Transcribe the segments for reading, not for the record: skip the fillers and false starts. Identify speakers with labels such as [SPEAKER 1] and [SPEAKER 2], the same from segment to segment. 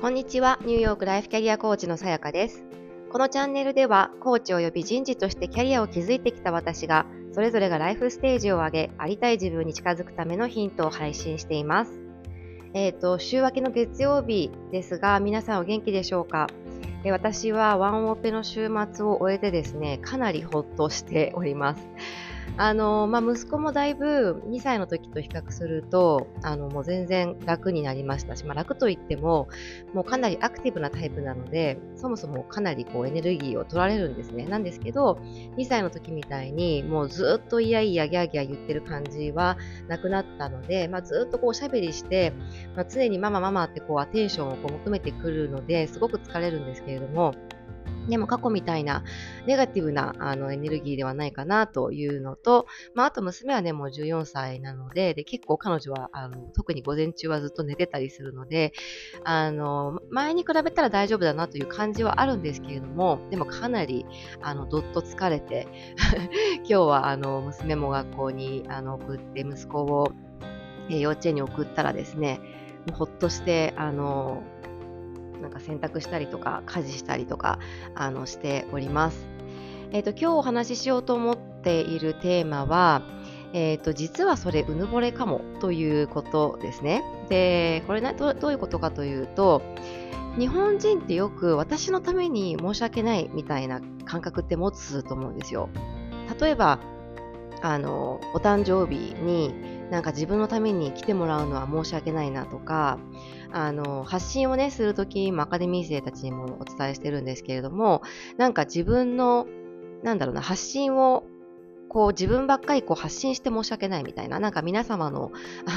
[SPEAKER 1] こんにちは、ニューヨークライフキャリアコーチのさやかです。このチャンネルでは、コーチ及び人事としてキャリアを築いてきた私が、それぞれがライフステージを上げ、ありたい自分に近づくためのヒントを配信しています。週明けの月曜日ですが、皆さんお元気でしょうか？私はワンオペの週末を終えてですね、かなりほっとしております。息子もだいぶ2歳の時と比較すると、もう全然楽になりましたし、楽といっても、もうかなりアクティブなタイプなので、そもそもかなりエネルギーを取られるんですね。なんですけど、2歳の時みたいに、もうずっといやいやギャーギャー言ってる感じはなくなったので、ずっとおしゃべりして、常にママママってアテンションを求めてくるので、すごく疲れるんですけれども、でも過去みたいなネガティブなエネルギーではないかなというのと、あと娘はね、もう14歳なので、結構彼女は特に午前中はずっと寝てたりするので、前に比べたら大丈夫だなという感じはあるんですけれども、でもかなりどっと疲れて今日は娘も学校に送って息子を、幼稚園に送ったらですね、もうほっとしてなんか洗濯したりとか家事したりとかしております。今日お話ししようと思っているテーマは、実はそれうぬぼれかもということですね。で、これどういうことかというと、日本人ってよく私のために申し訳ないみたいな感覚って持つと思うんですよ。例えばお誕生日になんか自分のために来てもらうのは申し訳ないなとか、発信をね、するとき、アカデミー生たちにもお伝えしてるんですけれども、なんか自分の、発信を、自分ばっかり発信して申し訳ないみたいな、なんか皆様の、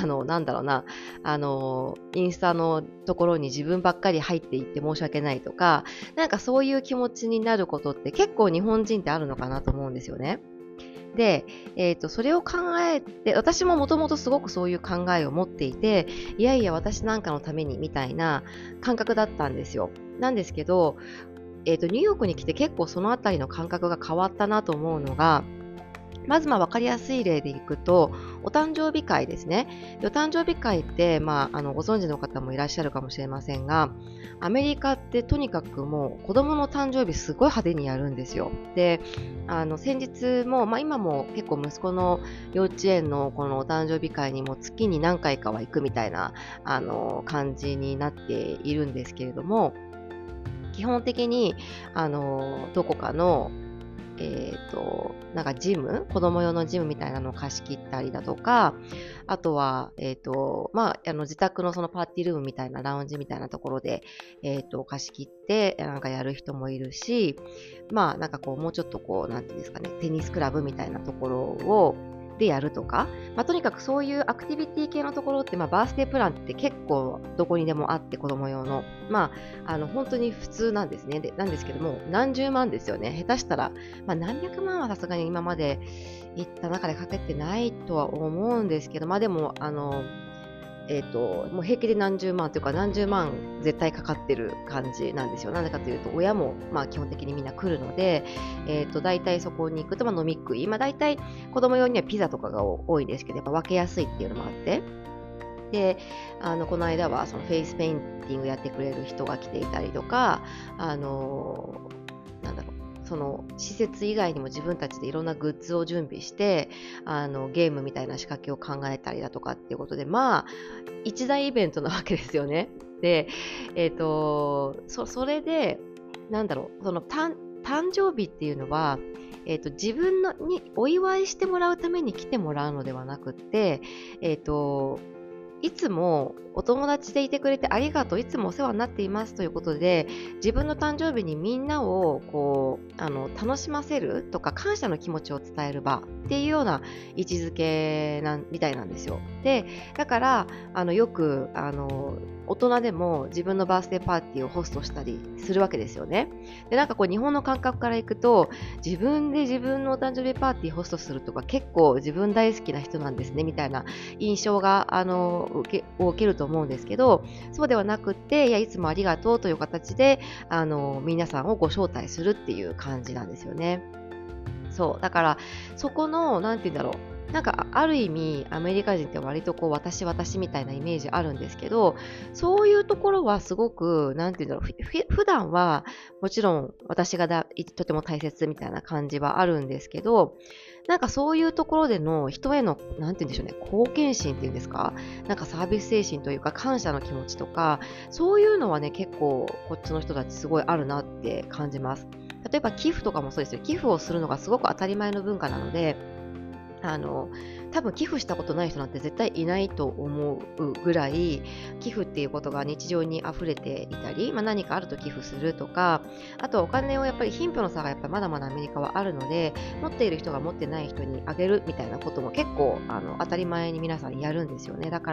[SPEAKER 1] インスタのところに自分ばっかり入っていって申し訳ないとか、なんかそういう気持ちになることって結構日本人ってあるのかなと思うんですよね。で、それを考えて、私ももともとすごくそういう考えを持っていて、いやいや私なんかのためにみたいな感覚だったんですよ。なんですけど、ニューヨークに来て結構そのあたりの感覚が変わったなと思うのが、まず分かりやすい例でいくと、お誕生日会ですね。でお誕生日会って、ご存知の方もいらっしゃるかもしれませんが、アメリカってとにかくもう子供の誕生日すごい派手にやるんですよ。で、先日も、今も結構息子の幼稚園のこのお誕生日会にも月に何回かは行くみたいな、感じになっているんですけれども、基本的に、どこかのなんか子供用のジムみたいなのを貸し切ったりだとか、あとは、自宅のそのパーティールームみたいなラウンジみたいなところで、貸し切って、なんかやる人もいるし、なんかもうちょっとなんていうんですかね、テニスクラブみたいなところを、でやるとか、とにかくそういうアクティビティ系のところって、バースデープランって結構どこにでもあって子供用の、本当に普通なんですね。なんですけども、何十万ですよね。下手したら、何百万はさすがに今まで行った中でかけてないとは思うんですけど、でも、もう平気で何十万というか何十万絶対かかってる感じなんですよ。なぜかというと、親も基本的にみんな来るので、大体そこに行くと飲み食い、大体子供用にはピザとかが多いんですけど、やっぱ分けやすいっていうのもあって、で、この間はそのフェイスペインティングやってくれる人が来ていたりとか、その施設以外にも自分たちでいろんなグッズを準備して、ゲームみたいな仕掛けを考えたりだとかっていうことで、一大イベントなわけですよね。で、それで、その誕生日っていうのは、自分にお祝いしてもらうために来てもらうのではなくって、いつもお友達でいてくれてありがとう、いつもお世話になっていますということで、自分の誕生日にみんなを楽しませるとか感謝の気持ちを伝える場っていうような位置づけみたいなんですよ。で、だからよく大人でも自分のバースデーパーティーをホストしたりするわけですよね。で、日本の感覚からいくと、自分で自分のお誕生日パーティーホストするとか結構自分大好きな人なんですねみたいな印象が受けると思うんですけど、そうではなくって、いつもありがとうという形で皆さんをご招待するっていう感じなんですよね。そうだからそこのなんて言うんだろう、 なんかある意味アメリカ人って割とこう私みたいなイメージあるんですけど、そういうところはすごくなんていうんだろう、普段はもちろん私がとても大切みたいな感じはあるんですけど、なんかそういうところでの人へのなんていうんでしょうね、貢献心っていうんですか、なんかサービス精神というか感謝の気持ちとか、そういうのはね結構こっちの人たちすごいあるなって感じます。例えば寄付とかもそうですよ。寄付をするのがすごく当たり前の文化なので、あの、多分寄付したことない人なんて絶対いないと思うぐらい、寄付っていうことが日常に溢れていたり、何かあると寄付するとか、あとお金をやっぱり貧富の差がやっぱりまだまだアメリカはあるので、持っている人が持ってない人にあげるみたいなことも結構当たり前に皆さんやるんですよね。だから、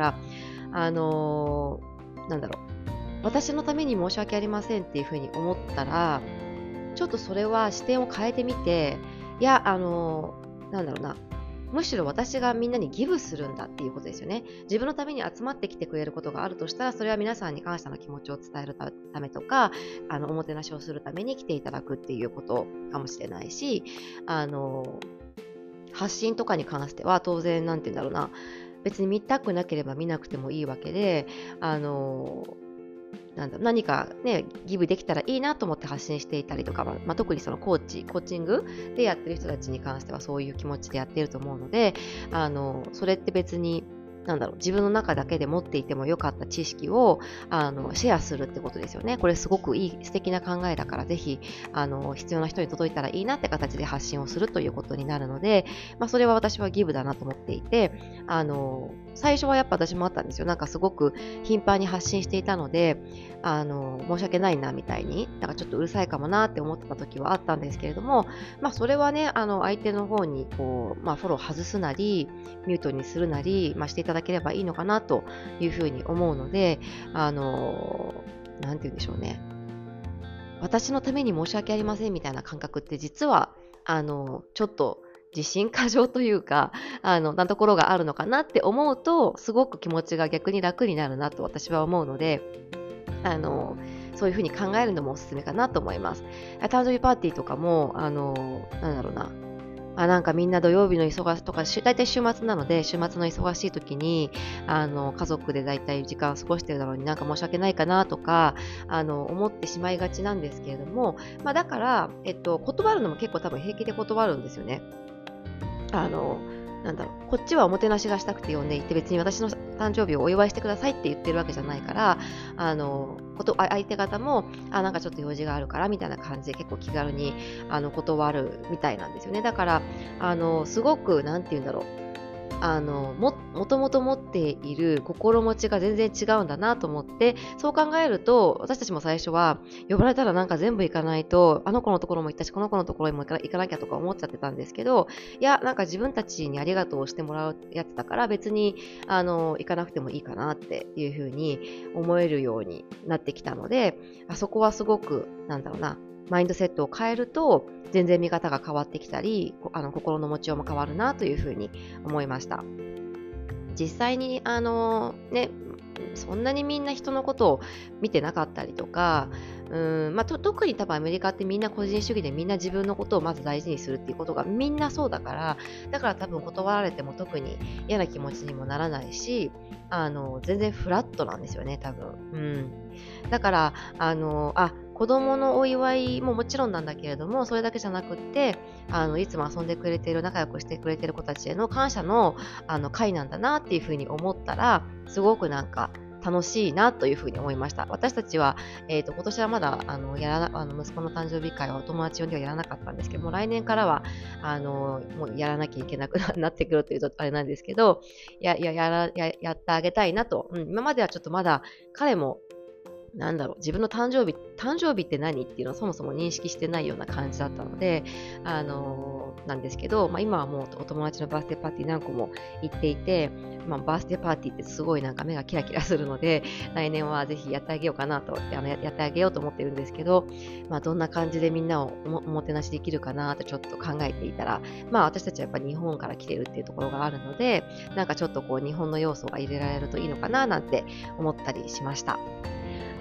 [SPEAKER 1] なんだろう、私のために申し訳ありませんっていうふうに思ったら、ちょっとそれは視点を変えてみて、いや、なんだろうな、むしろ私がみんなにギブするんだっていうことですよね。自分のために集まってきてくれることがあるとしたら、それは皆さんに感謝の気持ちを伝えるためとか、おもてなしをするために来ていただくっていうことかもしれないし、発信とかに関しては当然、なんて言うんだろうな、別に見たくなければ見なくてもいいわけで、何かね、ギブできたらいいなと思って発信していたりとか、特にそのコーチングでやってる人たちに関してはそういう気持ちでやっていると思うので、それって別に、自分の中だけで持っていてもよかった知識を、シェアするってことですよね。これすごく素敵な考えだから、ぜひ、必要な人に届いたらいいなって形で発信をするということになるので、それは私はギブだなと思っていて、最初はやっぱ私もあったんですよ。なんかすごく頻繁に発信していたので、申し訳ないなみたいに、なんかちょっとうるさいかもなって思ってた時はあったんですけれども、それはね、相手の方にこう、フォロー外すなり、ミュートにするなり、していただければいいのかなというふうに思うので、なんて言うんでしょうね。私のために申し訳ありませんみたいな感覚って実は、ちょっと自信過剰というか、なところがあるのかなって思うと、すごく気持ちが逆に楽になるなと私は思うので、そういうふうに考えるのもおすすめかなと思います。誕生日パーティーとかも、なんだろうな、なんかみんな土曜日の忙しとか、だいたい週末なので、週末の忙しい時に、家族でだいたい時間を過ごしてるだろうになんか申し訳ないかなとか、思ってしまいがちなんですけれども、だから、断るのも結構多分平気で断るんですよね。こっちはおもてなしがしたくて呼んでいて、別に私の誕生日をお祝いしてくださいって言ってるわけじゃないから、相手方も、なんかちょっと用事があるからみたいな感じで結構気軽に断るみたいなんですよね。だから、すごく、なんて言うんだろう。もともと持っている心持ちが全然違うんだなと思って、そう考えると、私たちも最初は、呼ばれたらなんか全部行かないと、あの子のところも行ったし、この子のところにも行かなきゃとか思っちゃってたんですけど、いや、なんか自分たちにありがとうをしてもらうやつだから、別に、行かなくてもいいかなっていうふうに思えるようになってきたので、そこはすごく、マインドセットを変えると、全然見方が変わってきたり、心の持ちようも変わるなというふうに思いました。実際に、そんなにみんな人のことを見てなかったりとか、特に多分アメリカってみんな個人主義でみんな自分のことをまず大事にするっていうことがみんなそうだから、だから多分断られても特に嫌な気持ちにもならないし、全然フラットなんですよね、多分。だから、子供のお祝いももちろんなんだけれども、それだけじゃなくって、いつも遊んでくれている、仲良くしてくれている子たちへの感謝の、会なんだなっていうふうに思ったら、すごくなんか、楽しいなというふうに思いました。私たちは、今年はまだ息子の誕生日会はお友達呼んではやらなかったんですけども、来年からはもうやらなきゃいけなくなってくるというとあれなんですけど、やってあげたいなと、今まではちょっとまだ彼も自分の誕生日って何っていうのをそもそも認識してないような感じだったので、なんですけど、今はもうお友達のバースデーパーティー何個も行っていて、バースデーパーティーってすごいなんか目がキラキラするので、来年はぜひやってあげようかなと、やってあげようと思ってるんですけど、どんな感じでみんなをおもてなしできるかなとちょっと考えていたら、私たちはやっぱ日本から来てるっていうところがあるので、なんかちょっとこう日本の要素が入れられるといいのかななんて思ったりしました。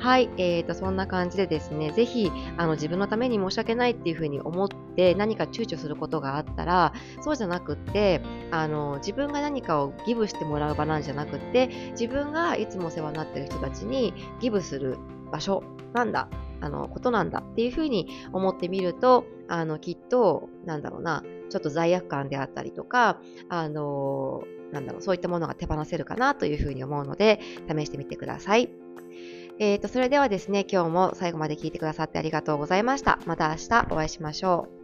[SPEAKER 1] はい、そんな感じでですね、ぜひ、自分のために申し訳ないっていうふうに思って何か躊躇することがあったら、そうじゃなくって、自分が何かをギブしてもらう場なんじゃなくって、自分がいつもお世話になっている人たちにギブする場所なんだ、ことなんだっていうふうに思ってみると、きっと、なんだろうな、ちょっと罪悪感であったりとか、そういったものが手放せるかなというふうに思うので、試してみてください。それではですね、今日も最後まで聞いてくださってありがとうございました。また明日お会いしましょう。